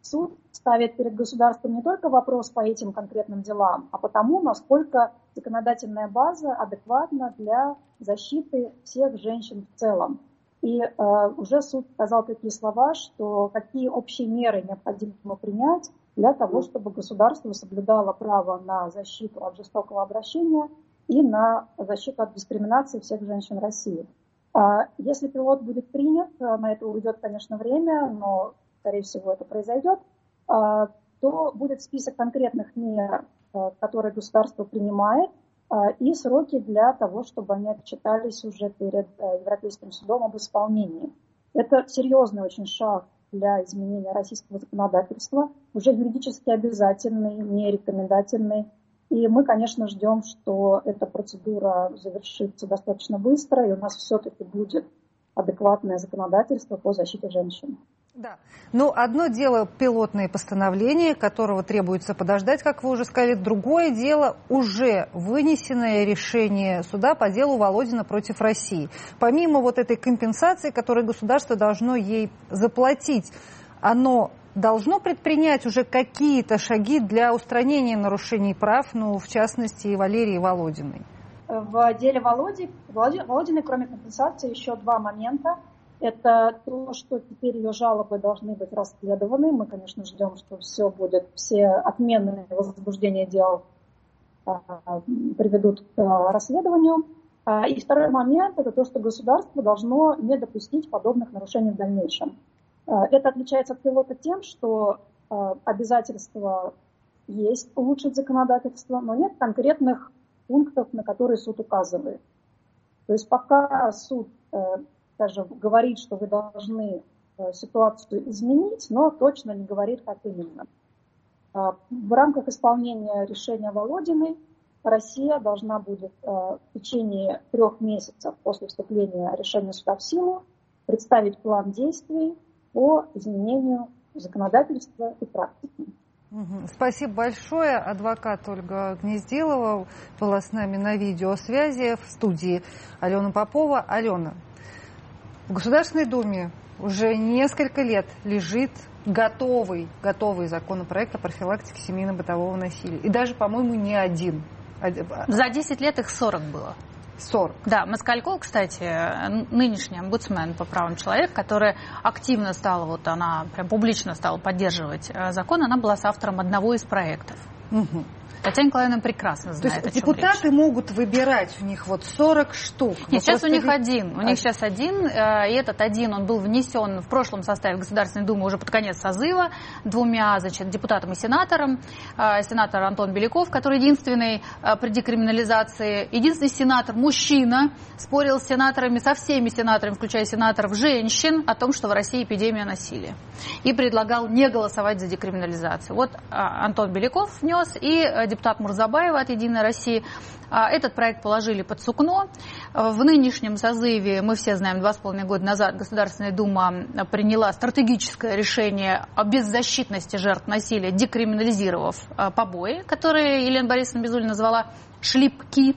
суд ставит перед государством не только вопрос по этим конкретным делам, а по тому, насколько законодательная база адекватна для защиты всех женщин в целом. И э, уже суд сказал такие слова, что какие общие меры необходимо принять для того, чтобы государство соблюдало право на защиту от жестокого обращения и на защиту от дискриминации всех женщин России. А если пилот будет принят, на это уйдет, конечно, время, но, скорее всего, это произойдет, а, то будет список конкретных мер, которые государство принимает, и сроки для того, чтобы они отчитались уже перед Европейским судом об исполнении. Это серьезный очень шаг для изменения российского законодательства, уже юридически обязательный, не рекомендательный. И мы, конечно, ждем, что эта процедура завершится достаточно быстро, и у нас все-таки будет адекватное законодательство по защите женщин. Да. Ну, одно дело пилотные постановления, которого требуется подождать, как вы уже сказали. Другое дело уже вынесенное решение суда по делу Володина против России. Помимо вот этой компенсации, которую государство должно ей заплатить, оно должно предпринять уже какие-то шаги для устранения нарушений прав, ну, в частности, и Валерии Володиной. В деле Володи, Володиной, кроме компенсации, еще два момента. Это то, что теперь ее жалобы должны быть расследованы. Мы, конечно, ждем, что все будет, все отмены возбуждения дел приведут к расследованию. И второй момент – это то, что государство должно не допустить подобных нарушений в дальнейшем. Это отличается от пилота тем, что обязательство есть улучшить законодательство, но нет конкретных пунктов, на которые суд указывает. То есть пока суд, скажем, говорит, что вы должны ситуацию изменить, но точно не говорит, как именно. В рамках исполнения решения Володиной Россия должна будет в течение трех месяцев после вступления решения суда в силу представить план действий по изменению законодательства и практики. Спасибо большое. Адвокат Ольга Гнездилова была с нами на видеосвязи, в студии Алена Попова. Алена, в Государственной Думе уже несколько лет лежит готовый, готовый законопроект о профилактике семейно-бытового насилия. И даже, по-моему, не один. За десять лет их сорок было. сорок. Да, Москалькова, кстати, нынешний омбудсмен по правам человека, которая активно стала, вот она прям публично стала поддерживать закон, она была соавтором одного из проектов. Угу. Татьяна Николаевна прекрасно знает, То есть депутаты речь. Могут выбирать, у них вот сорок штук. Нет, сейчас у них один. У них сейчас один, и этот один, он был внесен в прошлом составе Государственной Думы уже под конец созыва двумя, значит, депутатом и сенатором. Сенатор Антон Беляков, который единственный при декриминализации, единственный сенатор, мужчина, спорил с сенаторами, со всеми сенаторами, включая сенаторов женщин, о том, что в России эпидемия насилия. И предлагал не голосовать за декриминализацию. Вот Антон Беляков внес, и депутат Мурзабаева от «Единой России». Этот проект положили под сукно. В нынешнем созыве, мы все знаем, два с половиной года назад Государственная Дума приняла стратегическое решение о беззащитности жертв насилия, декриминализировав побои, которые Елена Борисовна Бизулина назвала «шлепки».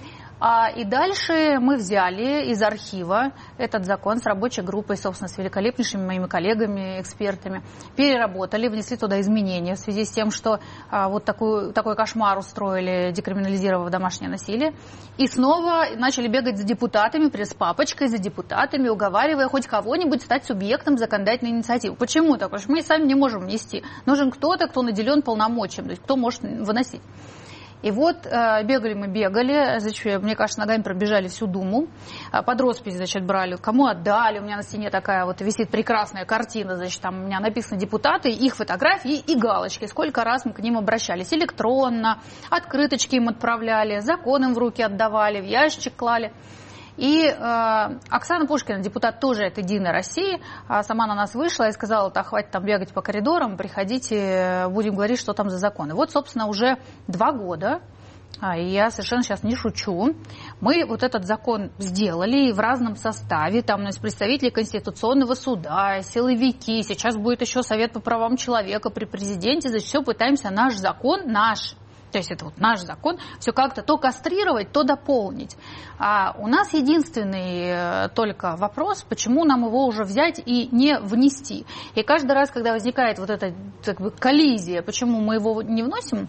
И дальше мы взяли из архива этот закон с рабочей группой, собственно, с великолепнейшими моими коллегами, экспертами, переработали, внесли туда изменения в связи с тем, что вот такой, такой кошмар устроили, декриминализировав домашнее насилие. И снова начали бегать за депутатами, с папочкой, за депутатами, уговаривая хоть кого-нибудь стать субъектом законодательной инициативы. Почему так? Потому что мы сами не можем внести. Нужен кто-то, кто наделен полномочием, то есть кто может выносить. И вот э, бегали мы, бегали, значит, мне кажется, ногами пробежали всю Думу, под роспись, значит, брали, кому отдали, у меня на стене такая вот висит прекрасная картина, значит, там у меня написано депутаты, их фотографии и галочки, сколько раз мы к ним обращались, электронно, открыточки им отправляли, закон им в руки отдавали, в ящик клали. И э, Оксана Пушкина, депутат тоже от «Единой России», сама на нас вышла и сказала: так, хватит там бегать по коридорам, приходите, будем говорить, что там за законы. Вот, собственно, уже два года, и я совершенно сейчас не шучу, мы вот этот закон сделали в разном составе, там у нас представители Конституционного суда, силовики, сейчас будет еще Совет по правам человека при президенте, значит, все пытаемся наш закон, наш, То есть это вот наш закон, все как-то то кастрировать, то дополнить. А у нас единственный только вопрос, почему нам его уже взять и не внести. И каждый раз, когда возникает вот эта как бы коллизия, почему мы его не вносим,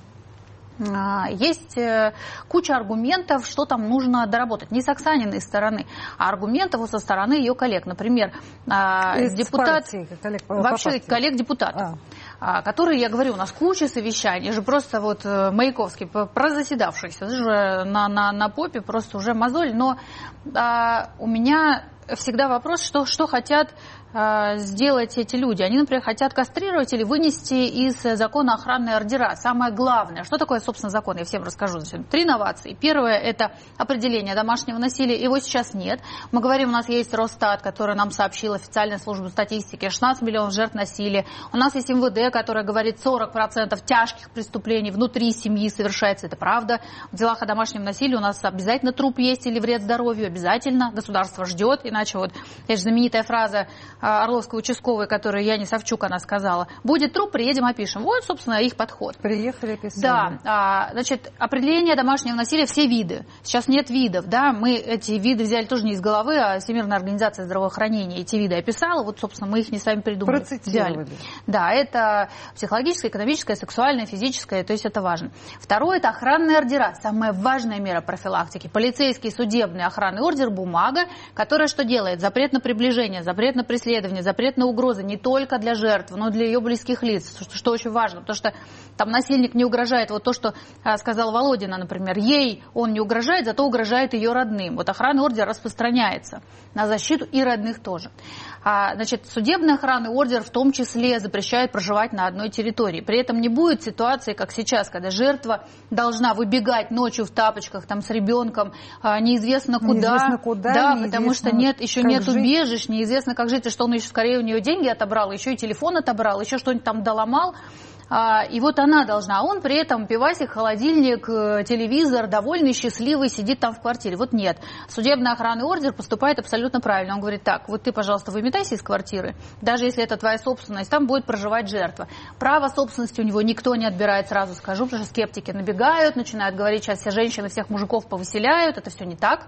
есть куча аргументов, что там нужно доработать. Не с Оксаниной стороны, а аргументов со стороны ее коллег. Например, из депутат, партии, коллег, вообще коллег-депутатов. А. Которые, я говорю, у нас куча совещаний, же просто вот Маяковский, прозаседавшийся, же на, на, на попе просто уже мозоль. Но а, у меня всегда вопрос, что, что хотят а, сделать эти люди. Они, например, хотят кастрировать или вынести из закона охранные ордера. Самое главное, что такое, собственно, закон, я всем расскажу. Три новации. Первое – это определение домашнего насилия. Его сейчас нет. Мы говорим, у нас есть Росстат, который нам сообщил, официальная служба статистики, шестнадцать миллионов жертв насилия. У нас есть эм вэ дэ, которое говорит, сорок процентов тяжких преступлений внутри семьи совершается. Это правда. В делах о домашнем насилии у нас обязательно труп есть или вред здоровью. Обязательно. Государство ждет. Иначе вот, есть знаменитая фраза Орловской участковой, которую Яне Савчук, она сказала, будет труп, приедем, опишем. Вот, собственно, их подход. Приехали, описали. Да, а, значит, определение домашнего насилия, все виды. Сейчас нет видов, да, мы эти виды взяли тоже не из головы, а Всемирная организация здравоохранения эти виды описала, вот, собственно, мы их не сами придумали. Процитировали. Взяли. Да, это психологическое, экономическое, сексуальное, физическое, то есть это важно. Второе, это охранные ордера, самая важная мера профилактики. Полицейский, судебный охранный ордер, бумага, которая что делает? Запрет на приближение, запрет на преследование, запрет на угрозы не только для жертв, но и для ее близких лиц, что, что очень важно, потому что там насильник не угрожает, вот то, что а, сказала Володина, например, ей он не угрожает, зато угрожает ее родным. Вот охранный ордер распространяется на защиту и родных тоже. А, значит, судебный охранный ордер в том числе запрещает проживать на одной территории. При этом не будет ситуации, как сейчас, когда жертва должна выбегать ночью в тапочках там, с ребенком а, неизвестно куда. Неизвестно куда, да, неизвестно, потому что нет, еще нет жить. убежищ, неизвестно, как жить, и что он еще скорее у нее деньги отобрал, еще и телефон отобрал, еще что-нибудь там доломал. И вот она должна, а он при этом пивасик, холодильник, телевизор, довольный, счастливый, сидит там в квартире. Вот нет. Судебный охранный ордер поступает абсолютно правильно. Он говорит, так, вот ты, пожалуйста, выметайся из квартиры, даже если это твоя собственность, там будет проживать жертва. Право собственности у него никто не отбирает, сразу скажу, потому что скептики набегают, начинают говорить, сейчас все женщины всех мужиков повыселяют, это все не так.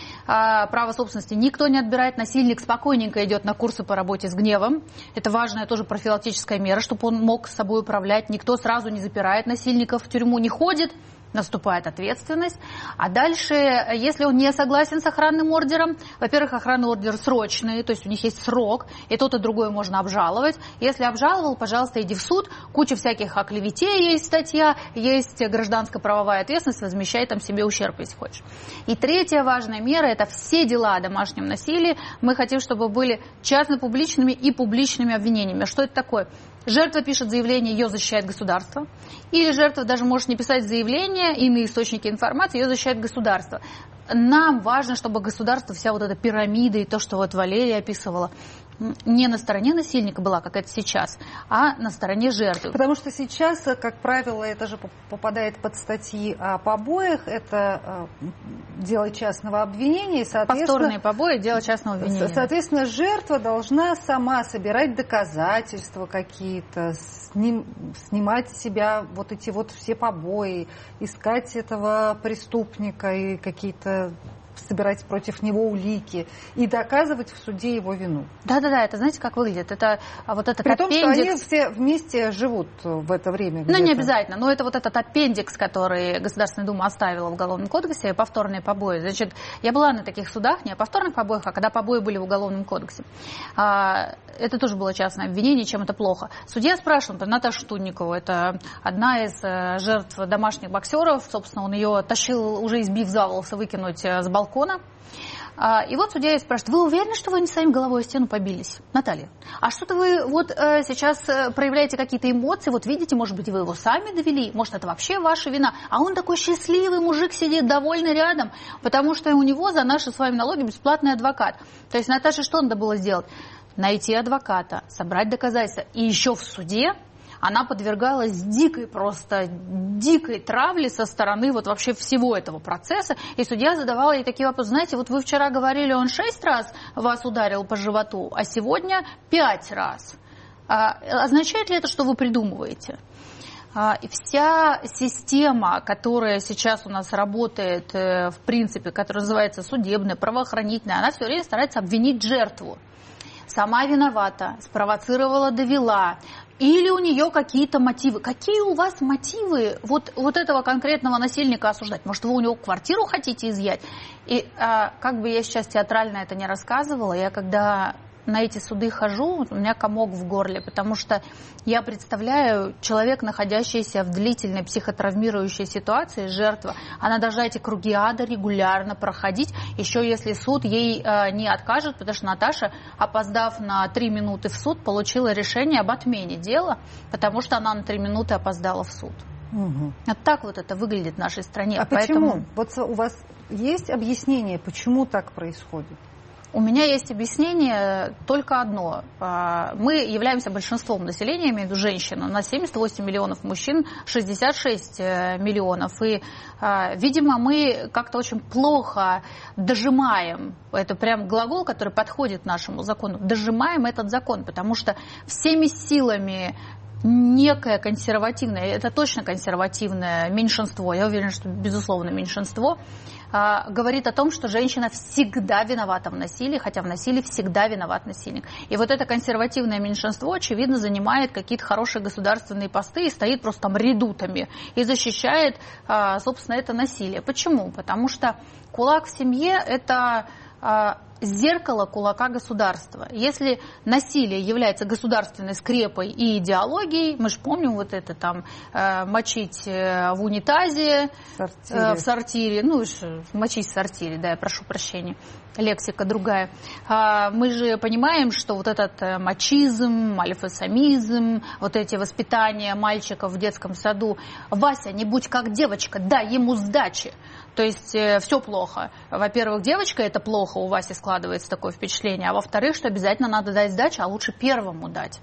Право собственности никто не отбирает, насильник спокойненько идет на курсы по работе с гневом. Это важная тоже профилактическая мера, чтобы он мог с собой управлять. Никто сразу не запирает насильников, в тюрьму не ходит, наступает ответственность. А дальше, если он не согласен с охранным ордером, во-первых, охранный ордер срочный, то есть у них есть срок, и тот, и другой можно обжаловать. Если обжаловал, пожалуйста, иди в суд. Куча всяких о клевете есть статья, есть гражданско-правовая ответственность, возмещай там себе ущерб, если хочешь. И третья важная мера – это все дела о домашнем насилии. Мы хотим, чтобы были частно-публичными и публичными обвинениями. Что это такое? Жертва пишет заявление, ее защищает государство. Или жертва даже может не писать заявление, иные источники информации, ее защищает государство. Нам важно, чтобы государство, вся вот эта пирамида и то, что вот Валерия описывала, не на стороне насильника была, как это сейчас, а на стороне жертвы. Потому что сейчас, как правило, это же попадает под статьи о побоях, это дело частного обвинения. И, соответственно, повторные побои, дело частного обвинения. Соответственно, жертва должна сама собирать доказательства какие-то, сним, снимать с себя вот эти вот все побои, искать этого преступника и какие-то собирать против него улики и доказывать в суде его вину. Да-да-да, это знаете, как выглядит? Это вот этот При аппендикс... том, что они все вместе живут в это время. Ну, не обязательно, но это вот этот аппендикс, который Государственная Дума оставила в Уголовном кодексе, повторные побои. Значит, я была на таких судах, не о повторных побоях, а когда побои были в Уголовном кодексе. Это тоже было частное обвинение, чем это плохо. Судья спрашивал, Наташа Штунникова, это одна из жертв домашних боксеров, собственно, он ее тащил, уже избив за волосы, выкинуть с балкона. И вот судья ей спрашивает, вы уверены, что вы не своим головой о стену побились? Наталья, а что-то вы вот э, сейчас проявляете какие-то эмоции, вот видите, может быть, вы его сами довели, может, это вообще ваша вина, а он такой счастливый мужик сидит, довольный рядом, потому что у него за наши с вами налоги бесплатный адвокат. То есть Наташе что надо было сделать? Найти адвоката, собрать доказательства, и еще в суде она подвергалась дикой, просто дикой травле со стороны вот вообще всего этого процесса. И судья задавала ей такие вопросы. Знаете, вот вы вчера говорили, он шесть раз вас ударил по животу, а сегодня пять раз. А означает ли это, что вы придумываете? И вся система, которая сейчас у нас работает, в принципе, которая называется судебная, правоохранительная, она все время старается обвинить жертву. Сама виновата, спровоцировала, довела. Или у нее какие-то мотивы. Какие у вас мотивы вот, вот этого конкретного насильника осуждать? Может, вы у него квартиру хотите изъять? И а, как бы я сейчас театрально это не рассказывала, я когда на эти суды хожу, у меня комок в горле, потому что я представляю, человек, находящийся в длительной психотравмирующей ситуации, жертва, она должна эти круги ада регулярно проходить, еще если суд ей э, не откажет, потому что Наташа, опоздав на три минуты в суд, получила решение об отмене дела, потому что она на три минуты опоздала в суд. Угу. Вот так вот это выглядит в нашей стране. А Поэтому... почему? Вот у вас есть объяснение, почему так происходит? У меня есть объяснение только одно. Мы являемся большинством населения, имею в виду женщин. У нас семьдесят восемь миллионов мужчин, шестьдесят шесть миллионов. И, видимо, мы как-то очень плохо дожимаем. Это прям глагол, который подходит нашему закону. Дожимаем этот закон, потому что всеми силами некое консервативное, это точно консервативное меньшинство, я уверена, что безусловно меньшинство, говорит о том, что женщина всегда виновата в насилии, хотя в насилии всегда виноват насильник. И вот это консервативное меньшинство, очевидно, занимает какие-то хорошие государственные посты и стоит просто там редутами и защищает, собственно, это насилие. Почему? Потому что кулак в семье – это зеркало кулака государства. Если насилие является государственной скрепой и идеологией, мы же помним вот это там э, мочить в унитазе, сортире. Э, в сортире, ну, мочить в сортире, да, я прошу прощения, лексика другая. А, мы же понимаем, что вот этот мачизм, альфа-самизм, вот эти воспитания мальчиков в детском саду, Вася, не будь как девочка, дай ему сдачи. То есть э, все плохо. Во-первых, девочка это плохо, у Васи складывается такое впечатление, а во-вторых, что обязательно надо дать сдачу, а лучше первому дать.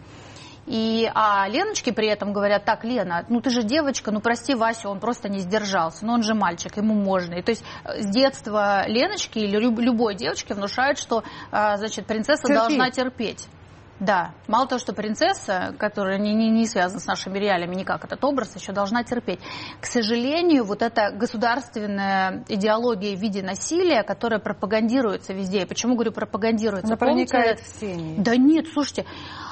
И, а Леночке при этом говорят: так, Лена, ну ты же девочка, ну прости Васю, он просто не сдержался, но он же мальчик, ему можно. И то есть с детства Леночки или любой девочке внушают, что, значит, принцесса терпеть. должна терпеть. Да, мало того, что принцесса, которая не, не, не связана с нашими реалиями никак, этот образ, еще должна терпеть. К сожалению, вот эта государственная идеология в виде насилия, которая пропагандируется везде, я почему говорю пропагандируется? Она проникает в сени. Да нет, слушайте,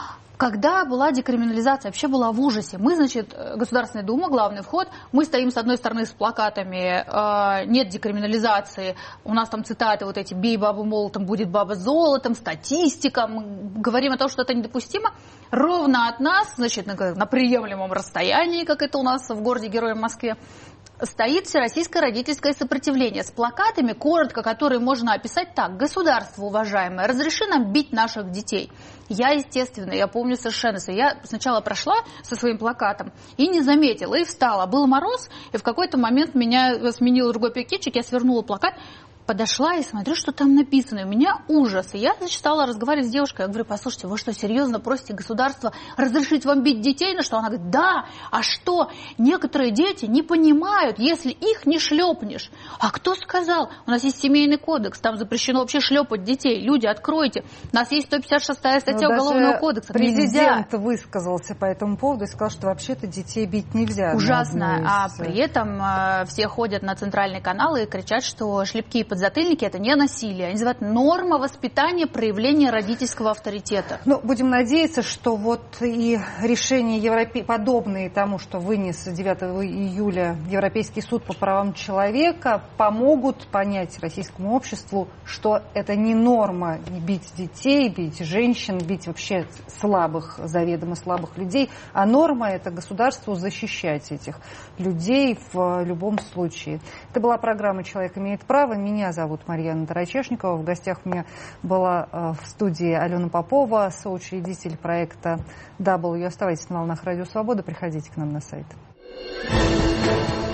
когда была декриминализация, вообще была в ужасе. Мы, значит, Государственная Дума, главный вход, мы стоим с одной стороны с плакатами э, «Нет декриминализации», у нас там цитаты вот эти «Бей бабу молотом, будет баба золотом», статистика, мы говорим о том, что это недопустимо. Ровно от нас, значит, на, на приемлемом расстоянии, как это у нас в городе-герое Москве, стоит всероссийское родительское сопротивление с плакатами, коротко, которые можно описать так: государство, уважаемое, разреши нам бить наших детей. Я, естественно, я помню совершенно, я сначала прошла со своим плакатом и не заметила, и встала. Был мороз, и в какой-то момент меня сменил другой пикетчик, я свернула плакат, подошла и смотрю, что там написано. У меня ужас. И я, значит, стала разговаривать с девушкой. Я говорю: послушайте, вы что, серьезно просите государство разрешить вам бить детей? На что она говорит: да, а что? Некоторые дети не понимают, если их не шлепнешь. А кто сказал? У нас есть семейный кодекс, там запрещено вообще шлепать детей. Люди, откройте. У нас есть сто пятьдесят шестая статья Но Уголовного кодекса. Президент нельзя. высказался по этому поводу и сказал, что вообще-то детей бить нельзя. Ужасно. Из... А при этом э, все ходят на центральные каналы и кричат, что шлепки и подзатыльники – это не насилие. Они называют норма воспитания, проявления родительского авторитета. Ну, будем надеяться, что вот и решения Европе... подобные тому, что вынес девятого июля Европейский суд по правам человека, помогут понять российскому обществу, что это не норма бить детей, бить женщин, бить вообще слабых, заведомо слабых людей, а норма – это государству защищать этих людей в любом случае. Это была программа «Человек имеет право». Меня зовут Марьяна Тарачешникова. В гостях у меня была в студии Алена Попова, соучредитель проекта дабл ю. Оставайтесь на волнах Радио Свобода, приходите к нам на сайт.